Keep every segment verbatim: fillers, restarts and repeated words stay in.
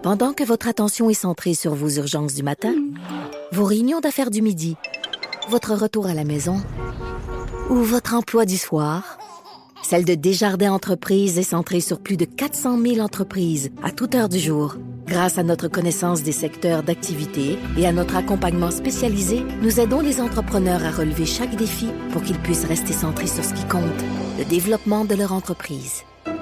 Pendant que votre attention est centrée sur vos urgences du matin, vos réunions d'affaires du midi, votre retour à la maison ou votre emploi du soir, celle de Desjardins Entreprises est centrée sur plus de quatre cent mille entreprises à toute heure du jour. Grâce à notre connaissance des secteurs d'activité et à notre accompagnement spécialisé, nous aidons les entrepreneurs à relever chaque défi pour qu'ils puissent rester centrés sur ce qui compte, le développement de leur entreprise.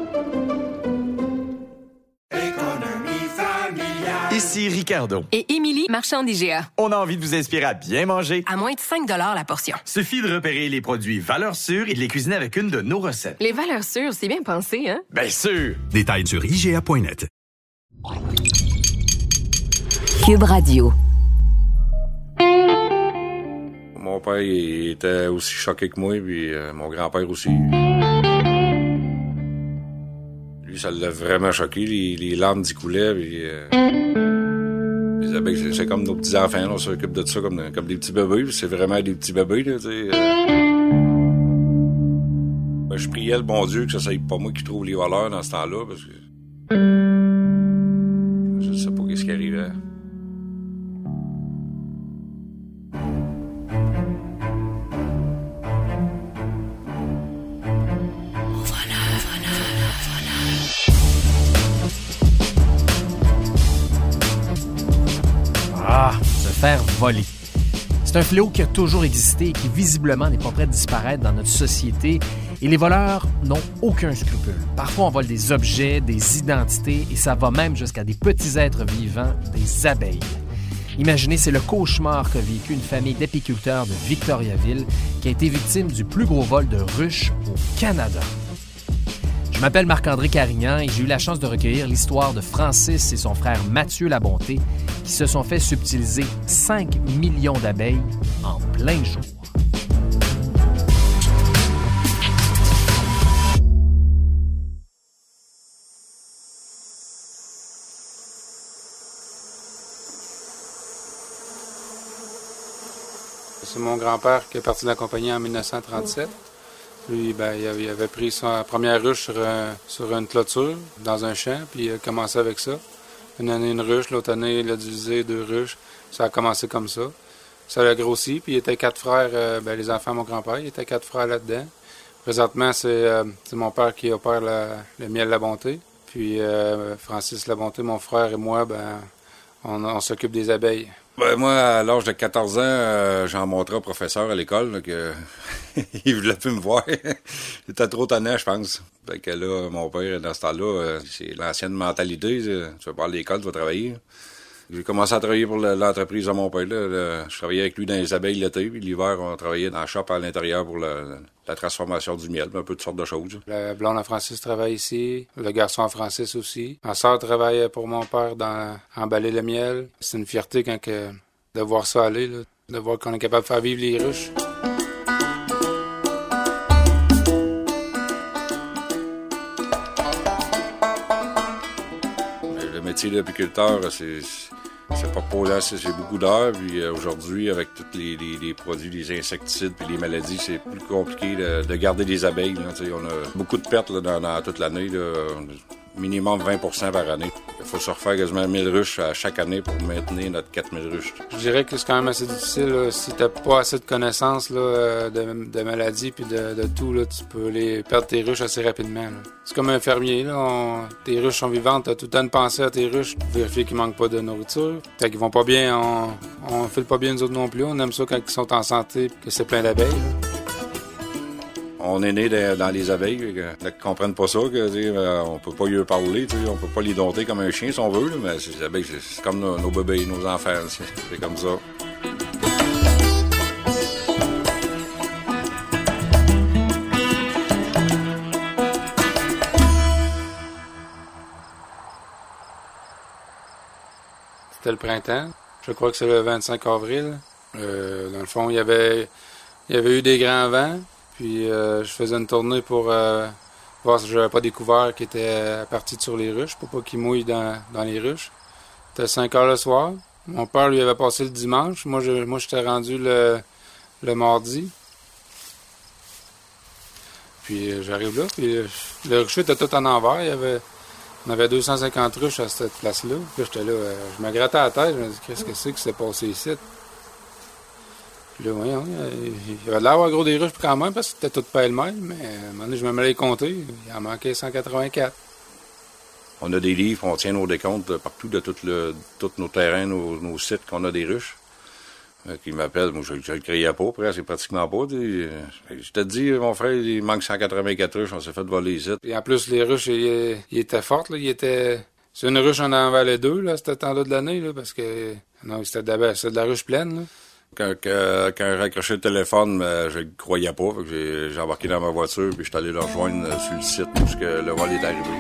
Ici Ricardo. Et Émilie, marchand d'I G A. On a envie de vous inspirer à bien manger. À moins de cinq dollars la portion. Suffit de repérer les produits valeurs sûres et de les cuisiner avec une de nos recettes. Les valeurs sûres, c'est bien pensé, hein? Bien sûr! Détails sur I G A point net. Cube Radio. Mon père il était aussi choqué que moi, puis euh, mon grand-père aussi. Lui, ça l'a vraiment choqué. Les, les larmes d'y coulaient, puis... Euh, les abeilles, c'est, c'est comme nos petits-enfants, là, on s'occupe de ça comme, comme des petits bébés, puis c'est vraiment des petits bébés, là, tu sais. Euh. Ben, je priais le bon Dieu que ça soit pas moi qui trouve les valeurs dans ce temps-là, parce que... Je sais pas qu'est-ce qui arrivait. Ah, se faire voler. C'est un fléau qui a toujours existé et qui visiblement n'est pas prêt de disparaître dans notre société. Et les voleurs n'ont aucun scrupule. Parfois, on vole des objets, des identités et ça va même jusqu'à des petits êtres vivants, des abeilles. Imaginez, c'est le cauchemar qu'a vécu une famille d'apiculteurs de Victoriaville qui a été victime du plus gros vol de ruches au Canada. Je m'appelle Marc-André Carignan et j'ai eu la chance de recueillir l'histoire de Francis et son frère Mathieu Labonté qui se sont fait subtiliser cinq millions d'abeilles en plein jour. C'est mon grand-père qui est parti de la compagnie en dix-neuf cent trente-sept. Lui, ben, il avait, il avait pris sa première ruche sur, un, sur une clôture, dans un champ, puis il a commencé avec ça. Une année, une ruche, l'autre année, il a divisé deux ruches. Ça a commencé comme ça. Ça a grossi, puis il était quatre frères, euh, ben, les enfants de mon grand-père, il était quatre frères là-dedans. Présentement, c'est, euh, c'est mon père qui opère la, le miel Labonté. Puis euh, Francis Labonté, mon frère et moi, ben, on, on s'occupe des abeilles. Ben, moi, à l'âge de quatorze ans, euh, j'en montrais au professeur à l'école, là, que il voulait plus me voir. C'était trop tannant, je pense. Fait que là, mon père, dans ce temps-là, euh, c'est l'ancienne mentalité. Tu vas pas à l'école, tu vas travailler. J'ai commencé à travailler pour le, l'entreprise de mon père. Là, là. Je travaillais avec lui dans les abeilles l'été, puis l'hiver, on travaillait dans la shop à l'intérieur pour la, la transformation du miel, un peu de sortes de choses. Le blonde à Francis travaille ici, le garçon à Francis aussi. Ma sœur travaille pour mon père dans emballer le miel. C'est une fierté quand que, de voir ça aller, là, de voir qu'on est capable de faire vivre les ruches. Le métier d'apiculteur, c'est... C'est pas posant, c'est, c'est beaucoup d'heures. Puis euh, aujourd'hui, avec tous les, les, les produits, les insecticides puis les maladies, c'est plus compliqué de, de garder des abeilles. Là, on a beaucoup de pertes là, dans, dans toute l'année, là, minimum vingt pour cent par année. Il faut se refaire quasiment mille ruches à chaque année pour maintenir notre quatre mille ruches. Je dirais que c'est quand même assez difficile. Là, si t'as pas assez de connaissances là, de, de maladies puis de, de tout, là, tu peux les perdre tes ruches assez rapidement. Là. C'est comme un fermier. Là, on, tes ruches sont vivantes, t'as tout le temps de penser à tes ruches pour vérifier qu'ils manquent pas de nourriture. Quand ils vont pas bien, on, on file pas bien nous autres non plus. On aime ça quand ils sont en santé que c'est plein d'abeilles. Là. On est né dans, dans les abeilles, qu'ils ne comprennent pas ça, que, euh, on peut pas y parler, on peut pas les dompter comme un chien si on veut, là, mais les abeilles, c'est, c'est comme nos, nos bébés, nos enfants, c'est, c'est comme ça. C'était le printemps, je crois que c'est le vingt-cinq avril. Euh, dans le fond, il y avait, il y avait eu des grands vents. Puis euh, je faisais une tournée pour euh, voir si j'avais pas découvert qui était parti sur les ruches, pour pas qu'il mouille dans, dans les ruches. C'était cinq heures le soir. Mon père, lui, avait passé le dimanche. Moi, je, moi, j'étais rendu le, le mardi. Puis euh, j'arrive là, puis euh, le rucher était tout en envers. Il y avait, On avait deux cent cinquante ruches à cette place-là. Puis j'étais là, euh, je me grattais la tête, je me dis, qu'est-ce que c'est qui s'est passé ici? Puis là, voyons, il y avait de l'air d'avoir gros des ruches quand même, parce que c'était tout pêle-mêle, mais à un moment donné, je me mets à les compter, il en manquait cent quatre-vingt-quatre. On a des livres, on tient nos décomptes partout de tous nos terrains, nos, nos sites qu'on a des ruches. Euh, qui m'appelle, moi je, je le criais pas, après c'est pratiquement pas. T'sais. Je te dis, mon frère, il manque cent quatre-vingt-quatre ruches, on s'est fait voler ici. Et en plus, les ruches, ils il étaient fortes, là, il était... C'est une ruche, on en valait deux, là, à ce temps-là de l'année, là, parce que... Non, c'était de, la... de la ruche pleine, là. Quand, quand, quand j'ai raccroché le téléphone, ben, je le croyais pas, fait que j'ai, j'ai embarqué dans ma voiture, puis je suis allé le rejoindre sur le site où le vol est arrivé.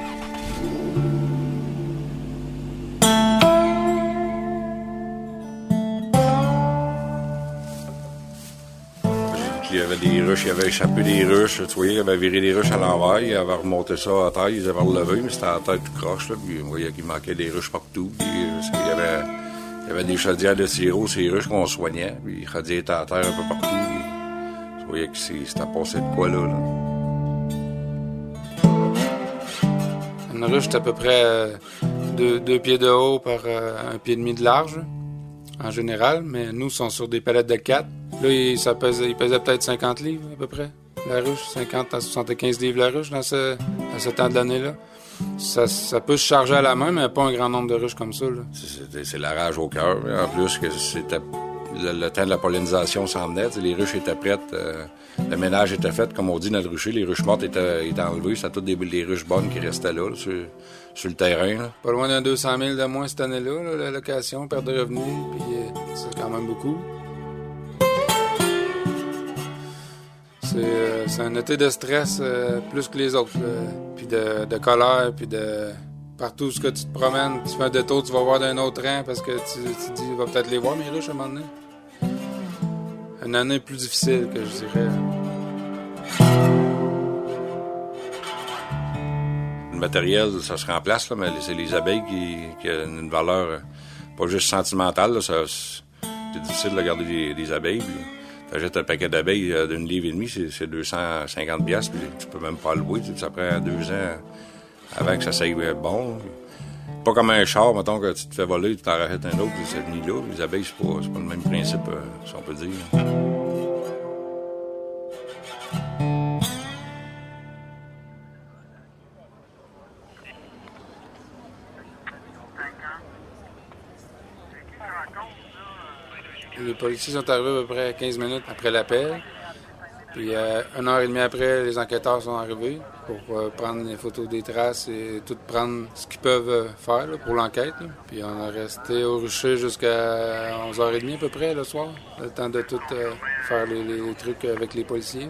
Il y avait des ruches, il avait échappé des ruches, tu voyais, il avait viré des ruches à l'envers, il avait remonté ça à terre, il avait relevé, mais c'était à la tête tout croche, là, puis on voyait qu'il manquait des ruches partout, puis il y avait, il y avait des chaudières de sirop, ces ruches qu'on soignait, puis les chaudières étaient à terre un peu partout, puis tu voyais que c'était passé de quoi là, là. Une ruche, c'était à peu près euh, deux, deux pieds de haut par euh, un pied et demi de large, en général, mais nous, sont sur des palettes de quatre. Là, il, ça pesait, il pesait peut-être cinquante livres, à peu près, la ruche. cinquante à soixante-quinze livres la ruche dans ce, à ce temps de l'année-là. Ça, ça peut se charger à la main, mais pas un grand nombre de ruches comme ça, là. C'est, c'est la rage au cœur. En plus, que c'était le, le temps de la pollinisation s'en venait. Les ruches étaient prêtes. Euh, le ménage était fait, comme on dit, notre rucher. Les ruches mortes étaient, étaient enlevées. C'était toutes des, des ruches bonnes qui restaient là, là sur, sur le terrain. Là. Pas loin d'un deux cent mille de moins cette année-là, là, la location, perte de revenus, puis euh, c'est quand même beaucoup. C'est, euh, c'est un été de stress euh, plus que les autres, euh, puis de, de colère, puis de... Partout où tu te promènes, tu fais un détour, tu vas voir d'un autre rang parce que tu, tu te dis, il va peut-être les voir, mes ruches, à un moment donné. Une année plus difficile, que je dirais. Le matériel, ça se remplace, là, mais c'est les abeilles qui, qui ont une valeur euh, pas juste sentimentale. Là, ça, c'est difficile de garder des, des abeilles. Tu achètes un paquet d'abeilles euh, d'une livre et demie, c'est, c'est deux cent cinquante piastres, puis tu peux même pas le louer. Ça prend deux ans avant que ça s'aille bon. Pas comme un char, mettons, que tu te fais voler, tu t'en rachètes un autre, puis c'est venu là. Les abeilles, c'est pas, c'est pas le même principe, euh, si on peut dire. Les policiers sont arrivés à peu près quinze minutes après l'appel. Puis euh, une heure et demie après, les enquêteurs sont arrivés pour euh, prendre les photos des traces et tout prendre ce qu'ils peuvent euh, faire là, pour l'enquête. Là. Puis on a resté au rucher jusqu'à onze heures trente à peu près le soir, le temps de tout euh, faire les, les trucs avec les policiers.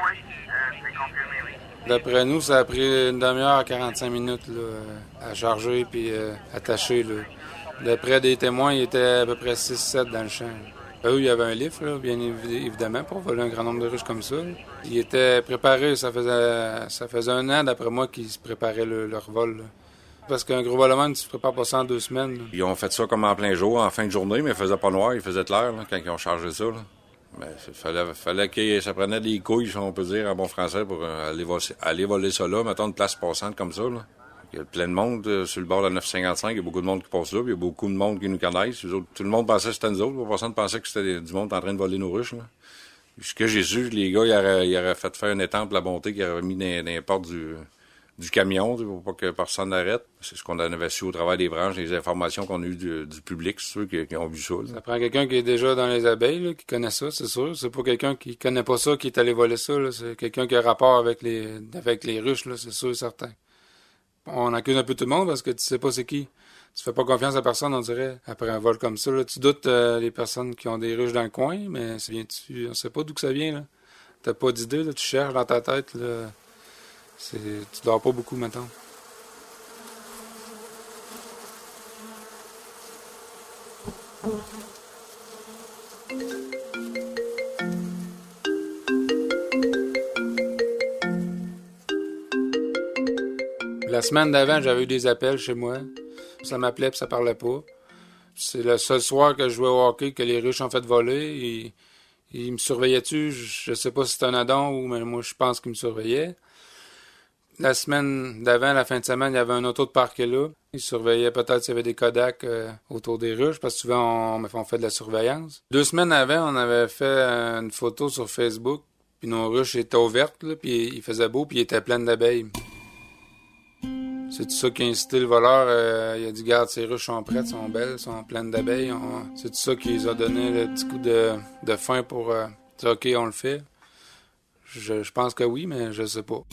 D'après nous, ça a pris une demi-heure à quarante-cinq minutes là, à charger puis euh, attacher. Là. D'après des témoins, il était à peu près six sept dans le champ. Eux, il y avait un livre, là, bien évidemment, pour voler un grand nombre de ruches comme ça. Ils étaient préparés, ça faisait ça faisait un an, d'après moi, qu'ils se préparaient le, leur vol. Là. Parce qu'un gros volement, tu ne prépares pas ça en deux semaines. Là. Ils ont fait ça comme en plein jour, en fin de journée, mais il faisait pas noir, il faisait clair là, quand ils ont chargé ça. Là. Mais il fallait, fallait que ça prenait des couilles, si on peut dire, en bon français, pour aller, aller voler ça là, mettons une place passante comme ça. Là. Il y a plein de monde euh, sur le bord de la neuf cent cinquante-cinq. Il y a beaucoup de monde qui passe là. Puis il y a beaucoup de monde qui nous connaissent. Autres, tout le monde pensait que c'était nous autres. Personne pensait que c'était du monde en train de voler nos ruches. Là. Ce que j'ai su, les gars, ils auraient, ils auraient fait faire une étampe la bonté qu'ils auraient mis dans, dans les portes du, du camion pour pas que personne n'arrête. C'est ce qu'on avait su au travail des branches, les informations qu'on a eues du, du public, c'est ceux qui, qui ont vu ça. Là. Ça prend quelqu'un qui est déjà dans les abeilles, là, qui connaît ça, c'est sûr. C'est pas quelqu'un qui connaît pas ça, qui est allé voler ça. Là. C'est quelqu'un qui a rapport avec les, avec les ruches, là, c'est sûr et certain. On accuse un peu tout le monde parce que tu sais pas c'est qui. Tu fais pas confiance à personne, on dirait, après un vol comme ça. Là. Tu doutes euh, les personnes qui ont des ruches dans le coin, mais ça vient-tu, on sait pas d'où que ça vient. Là. T'as pas d'idée, là, tu cherches dans ta tête. Là. C'est, tu dors pas beaucoup maintenant. La semaine d'avant, j'avais eu des appels chez moi. Ça m'appelait puis ça parlait pas. C'est le seul soir que je jouais au hockey que les ruches ont fait voler. Ils me surveillaient-tu? Je sais pas si c'était un addon ou mais moi je pense qu'ils me surveillaient. La semaine d'avant, la fin de semaine, il y avait un auto de parquet là. Ils surveillaient peut-être s'il y avait des Kodak euh, autour des ruches, parce que souvent, on, on fait de la surveillance. Deux semaines avant, on avait fait euh, une photo sur Facebook, puis nos ruches étaient ouvertes, là, puis il faisait beau, puis il était plein d'abeilles. C'est tout ça qui a incité le voleur. Euh, il a dit, garde, ces ruches sont prêtes, sont belles, sont pleines d'abeilles. On... C'est tout ça qui les a donné le petit coup de, de fin pour euh, dire, OK, on le fait. Je, je pense que oui, mais je sais pas.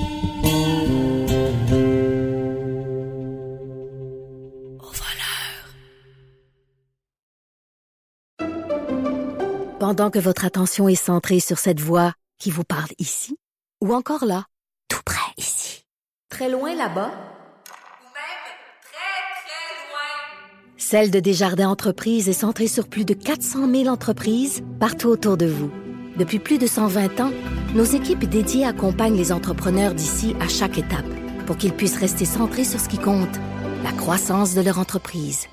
Pendant que votre attention est centrée sur cette voix qui vous parle ici, ou encore là, tout près ici, très loin là-bas, Ou même très, très loin. Celle de Desjardins Entreprises est centrée sur plus de quatre cent mille entreprises partout autour de vous. Depuis plus de cent vingt ans, nos équipes dédiées accompagnent les entrepreneurs d'ici à chaque étape pour qu'ils puissent rester centrés sur ce qui compte, la croissance de leur entreprise.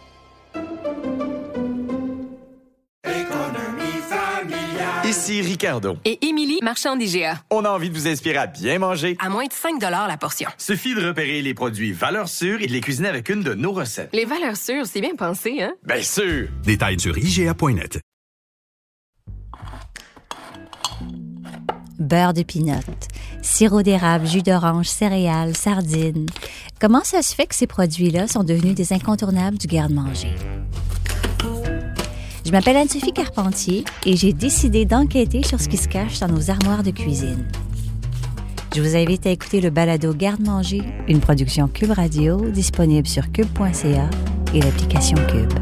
Ici Ricardo. Et Émilie, marchand d'I G A. On a envie de vous inspirer à bien manger. À moins de cinq dollars la portion. Suffit de repérer les produits valeurs sûres et de les cuisiner avec une de nos recettes. Les valeurs sûres, c'est bien pensé, hein? Bien sûr! Détails sur I G A point net. Beurre de pinot, sirop d'érable, jus d'orange, céréales, sardines. Comment ça se fait que ces produits-là sont devenus des incontournables du garde-manger? Je m'appelle Anne-Sophie Carpentier et j'ai décidé d'enquêter sur ce qui se cache dans nos armoires de cuisine. Je vous invite à écouter le balado Garde-manger, une production Cube Radio, disponible sur cube point c a et l'application Cube.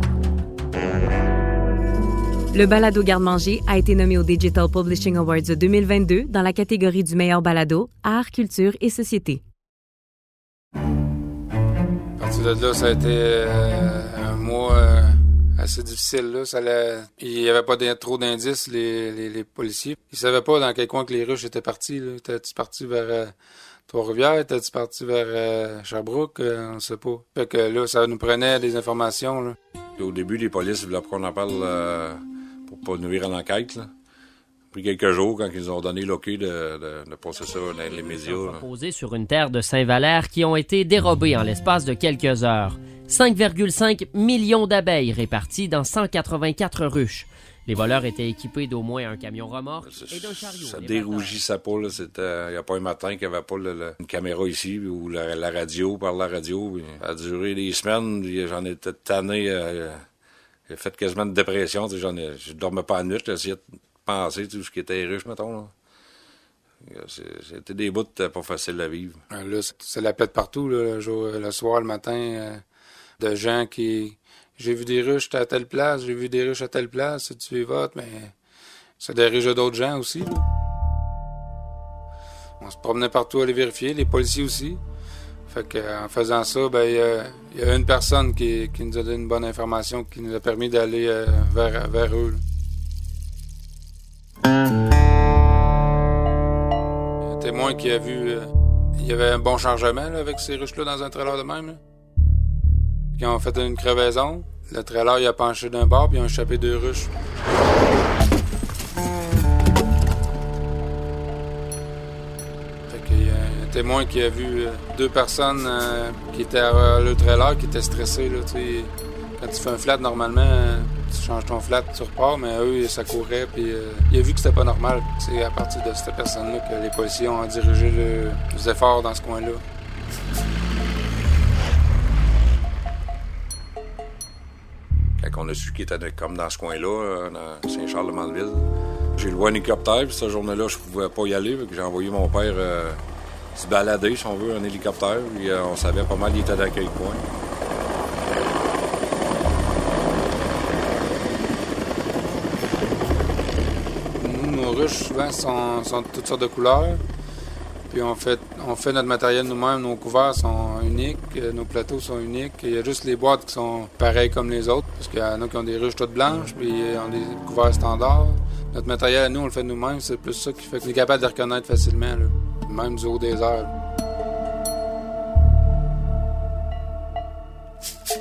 Le balado Garde-manger a été nommé au Digital Publishing Awards de deux mille vingt-deux dans la catégorie du meilleur balado, art, culture et société. À partir de là, ça a été euh, un mois euh, assez difficile. Là. Ça l'a... Il n'y avait pas trop d'indices, les, les, les policiers. Ils ne savaient pas dans quel coin que les ruches étaient partis. Là. Étaient-ils partis vers euh, Trois-Rivières? Étaient-ils partis vers euh, Sherbrooke? Euh, on ne sait pas. Fait que là, ça nous prenait des informations. Là. Au début, les polices voulaient qu'on en parle euh, pour pas nuire à l'enquête. Là. Puis quelques jours, quand ils ont donné l'O K de, de, de passer ça dans les médias. Posés sur une terre de Saint-Valère qui ont été dérobés en l'espace de quelques heures. cinq virgule cinq millions d'abeilles réparties dans cent quatre-vingt-quatre ruches. Les voleurs étaient équipés d'au moins un camion remorque et d'un chariot. Ça dérougissait pas. Là. C'était, il n'y a pas un matin qu'il n'y avait pas le, le, une caméra ici ou la, la radio, par la radio. Ça a duré des semaines. J'en étais tanné. Euh, j'ai fait quasiment de dépression. J'en ai, je dormais pas la nuit. J'essayais de penser tout ce qui était riche, mettons. Là. C'était des bouts pas faciles à vivre. Là, c'est la plaie de partout, là, le, jour, le soir, le matin, euh, de gens qui... J'ai vu des ruches à telle place, j'ai vu des ruches à telle place, si tu y votes, mais c'est des ruches d'autres gens aussi. Là. On se promenait partout à les vérifier, les policiers aussi. Fait qu'en faisant ça, ben il y, y a une personne qui, qui nous a donné une bonne information, qui nous a permis d'aller euh, vers, vers eux. Là. Un témoin qui a vu... Euh, il y avait un bon chargement là, avec ces ruches-là dans un trailer de même. Là. Ils ont fait une crevaison. Le trailer il a penché d'un bord, puis ils ont échappé deux ruches. Fait qu'il y a un témoin qui a vu euh, deux personnes euh, qui étaient à le trailer, qui étaient stressées. Là, quand tu fais un flat, normalement, euh, tu changes ton flat, tu repars, mais eux, ça courait, puis euh, il a vu que c'était pas normal. C'est à partir de cette personne-là que les policiers ont dirigé le, les efforts dans ce coin-là. Quand on a su qu'il était comme dans ce coin-là, dans Saint-Charles-de-Mandeville, j'ai loué un hélicoptère, puis cette journée-là, je pouvais pas y aller, donc j'ai envoyé mon père euh, se balader, si on veut, en hélicoptère, puis euh, on savait pas mal il était dans quel coin. Nous, nos ruches, souvent, sont, sont de toutes sortes de couleurs. Puis on fait, on fait notre matériel nous-mêmes, nos couverts sont uniques, nos plateaux sont uniques. Il y a juste les boîtes qui sont pareilles comme les autres, parce qu'il y en a qui ont des ruches toutes blanches, puis ils ont des couverts standards. Notre matériel à nous, on le fait nous-mêmes, c'est plus ça qui fait qu'on est capable de les reconnaître facilement, là. Même du haut des airs. Là.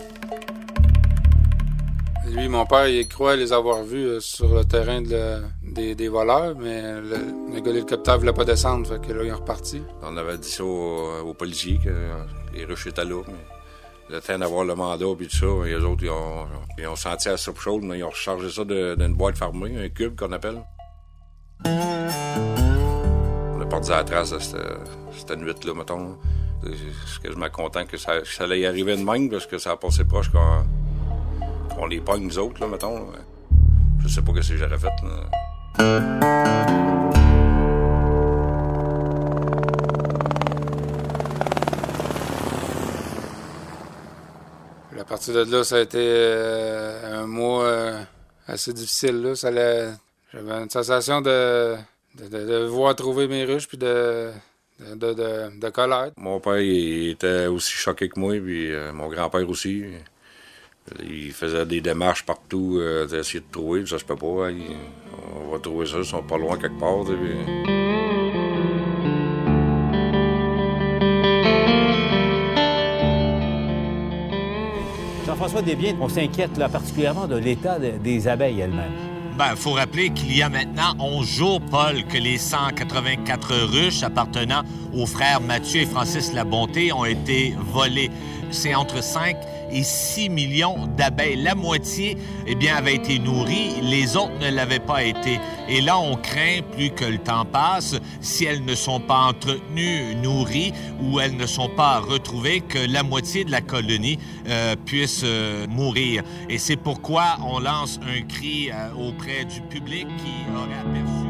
Lui, mon père, il croit les avoir vus euh, sur le terrain de, la, des, des voleurs, mais le, le gars de l'hélicoptère ne voulait pas descendre, fait que là, ils ont reparti. On avait dit ça aux, aux policiers, que les ruches étaient là, mais le temps d'avoir le mandat et tout ça, et les autres, ils ont, ils ont senti la soupe chaude, mais ils ont rechargé ça de, d'une boîte fermée, un cube qu'on appelle. On a perdu la trace de cette, cette nuit-là, mettons. C'est quasiment content que ça, que ça allait y arriver de même, parce que ça a passé proche qu'on, qu'on les pogne, nous autres, là, mettons. Je sais pas ce que j'aurais fait. Là. À partir de là, ça a été euh, un mois euh, assez difficile. Là. Ça allait... J'avais une sensation de, de, de, de voir trouver mes ruches puis de... De, de, de, de colère. Mon père, il était aussi choqué que moi, puis euh, mon grand-père aussi. Il faisait des démarches partout, euh, d'essayer de trouver. Ça, je peux pas. Hein. Il, on va trouver ça, ils sont pas loin quelque part. Puis... Jean-François Desbiens, on s'inquiète là, particulièrement de l'état de, des abeilles elles-mêmes. Ben, faut rappeler qu'il y a maintenant onze jours, Paul, que les cent quatre-vingt-quatre ruches appartenant aux frères Mathieu et Francis Labonté ont été volées. C'est entre cinq et six millions d'abeilles. La moitié, eh bien, avait été nourrie, les autres ne l'avaient pas été. Et là, on craint, plus que le temps passe, si elles ne sont pas entretenues, nourries, ou elles ne sont pas retrouvées, que la moitié de la colonie euh, puisse euh, mourir. Et c'est pourquoi on lance un cri euh, auprès du public qui aurait aperçu.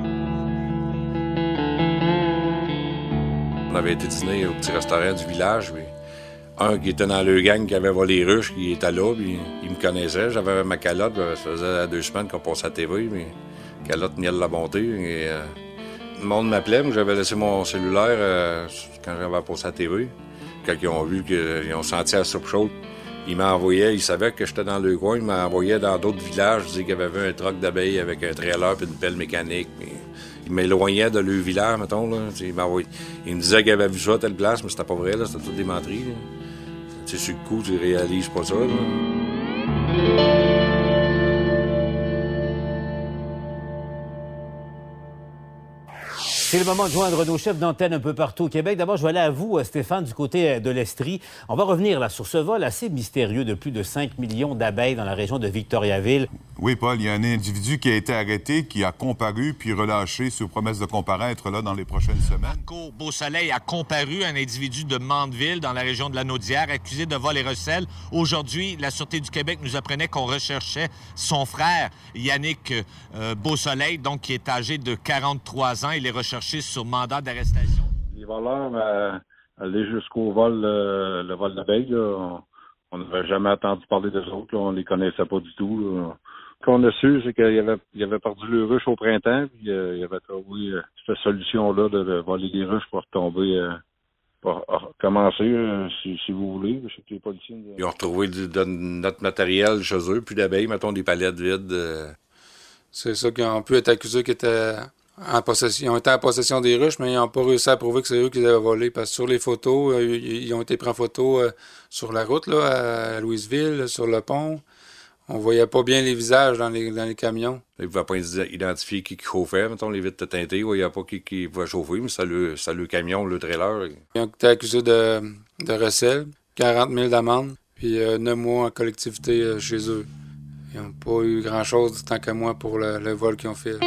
On avait été dîner au petit restaurant du village, puis un qui était dans le gang qui avait volé les ruches, qui était là, puis il me connaissait. J'avais ma calotte, ça faisait deux semaines qu'on passait à la T V, mais calotte Miel La Bonté. Et, euh, le monde m'appelait, mais j'avais laissé mon cellulaire euh, quand j'avais passé à la T V. Quand ils ont vu qu'ils ont senti la soupe chaude, ils m'envoyaient, ils savaient que j'étais dans le coin, ils m'envoyaient dans d'autres villages, ils disaient qu'il y avait vu un troc d'abeilles avec un trailer puis une pelle mécanique. Puis ils m'éloignaient de leur village, mettons. Là. Ils, ils me disaient qu'ils avaient vu ça à telle place, mais c'était pas vrai, là, c'était tout des menteries. Là. C'est sur le coup, tu réalises pas ça. Là. C'est le moment de joindre nos chefs d'antenne un peu partout au Québec. D'abord, je vais aller à vous, Stéphane, du côté de l'Estrie. On va revenir là sur ce vol assez mystérieux de plus de cinq millions d'abeilles dans la région de Victoriaville. Oui, Paul, il y a un individu qui a été arrêté, qui a comparu puis relâché sous promesse de comparaître là, dans les prochaines semaines. Marco Beausoleil a comparu un individu de Mandeville, dans la région de la Naudière, accusé de vol et recel. Aujourd'hui, la Sûreté du Québec nous apprenait qu'on recherchait son frère, Yannick euh, Beausoleil, donc qui est âgé de quarante-trois ans. Il est recherché sur mandat d'arrestation. Les voleurs euh, allaient jusqu'au vol, euh, le vol d'abeilles. Là. On n'avait jamais entendu parler des autres. Là. On les connaissait pas du tout. Là. Ce qu'on a su, c'est qu'il avait, il avait perdu le ruche au printemps. Puis euh, il avait trouvé euh, cette solution-là de, de voler des ruches pour retomber, euh, pour recommencer, euh, si, si vous voulez. Je sais que les policiers... Ils ont retrouvé du, de notre matériel chez eux, plus d'abeilles, mettons des palettes vides. Euh... C'est ça qu'ils ont pu être accusés qu'ils étaient... En possession, ils ont été en possession des ruches, mais ils n'ont pas réussi à prouver que c'est eux qui les avaient volés. Parce que sur les photos, euh, ils ont été pris en photo euh, sur la route, là, à Louisville, sur le pont. On voyait pas bien les visages dans les, dans les camions. Ils ne pouvaient pas identifier qui, qui chauffait. Mettons, les vitres étaient teintées. Il n'y a pas qui, qui pouvait chauffer, mais c'est le, c'est le camion, le trailer. Ils ont été accusés de, de recel, quarante mille d'amende, puis euh, neuf mois en collectivité euh, chez eux. Ils n'ont pas eu grand-chose, tant qu'à moi, pour le, le vol qu'ils ont fait.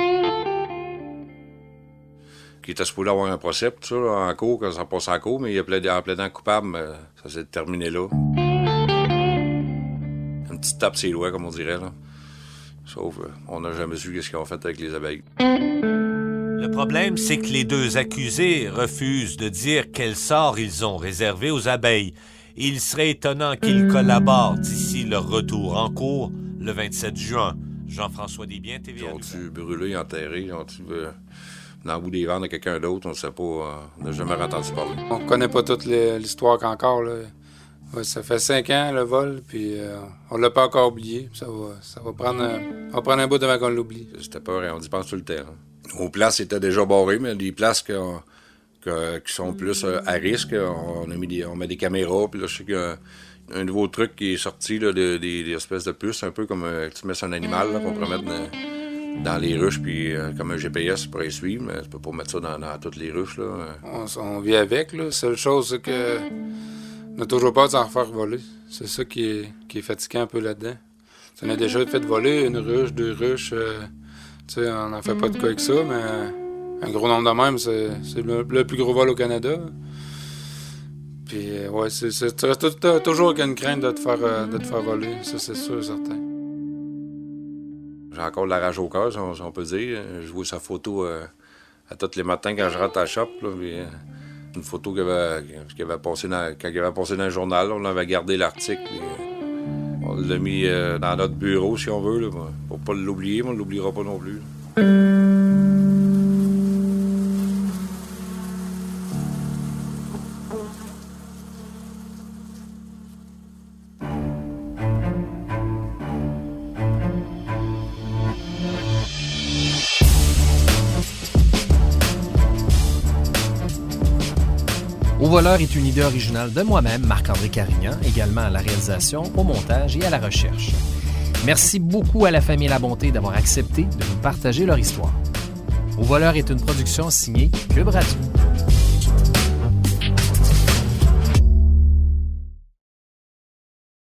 Qui était supposé avoir un procès, tout ça, là, en cours, quand ça passait en cours, mais il a plaidé, en plaidant coupable, mais ça s'est terminé là. Une petite tape sur les doigts, comme on dirait, là. Sauf, euh, on n'a jamais su ce qu'ils ont fait avec les abeilles. Le problème, c'est que les deux accusés refusent de dire quel sort ils ont réservé aux abeilles. Il serait étonnant qu'ils collaborent d'ici leur retour en cours le vingt-sept juin. Jean-François Desbiens, T V A. Ils ont-tu brûlé, enterré, ils ont-tu... Euh... dans le bout des ventes de quelqu'un d'autre, on ne sait pas, euh, on n'a jamais entendu parler. On connaît pas toute l'histoire encore, là. Ouais, ça fait cinq ans, le vol, puis euh, on l'a pas encore oublié. Ça va, ça va prendre, euh, on va prendre un bout avant qu'on l'oublie. C'était peur, on y pense tout le temps. Hein. Aux places, c'était déjà barré, mais les places que, que, qui sont plus euh, à risque, on, a mis des, on met des caméras, puis là, je sais qu'il y a un nouveau truc qui est sorti, là, des de, de, espèces de puces, un peu comme euh, tu mets sur un animal, là, qu'on pourrait mettre dans, dans les ruches, puis euh, comme un G P S pour les suivre, mais tu peux pas mettre ça dans, dans toutes les ruches, là. On, on vit avec, là. Seule chose, c'est que on a toujours peur de s'en faire voler. C'est ça qui est, qui est fatigant un peu là-dedans. Ça on a déjà fait voler une ruche, deux ruches. Euh, tu sais, on n'en fait pas de quoi avec ça, mais un gros nombre de même, c'est, c'est le, le plus gros vol au Canada. Puis, euh, ouais, c'est, c'est, tu restes toujours avec une crainte de te faire, euh, de te faire voler. Ça, c'est sûr et certain. J'ai encore de la rage au cœur, si on, si on peut dire. Je vois sa photo euh, à tous les matins quand je rentre à la shop. Là, puis, euh, une photo qui avait, qui avait passé dans, quand il avait passé dans le journal. Là, on avait gardé l'article. Puis, euh, on l'a mis euh, dans notre bureau, si on veut, là, pour pas l'oublier, mais on ne l'oubliera pas non plus. Là. Au voleur est une idée originale de moi-même, Marc-André Carignan, également à la réalisation, au montage et à la recherche. Merci beaucoup à la famille La Bonté d'avoir accepté de nous partager leur histoire. Au voleur est une production signée Cube Radio.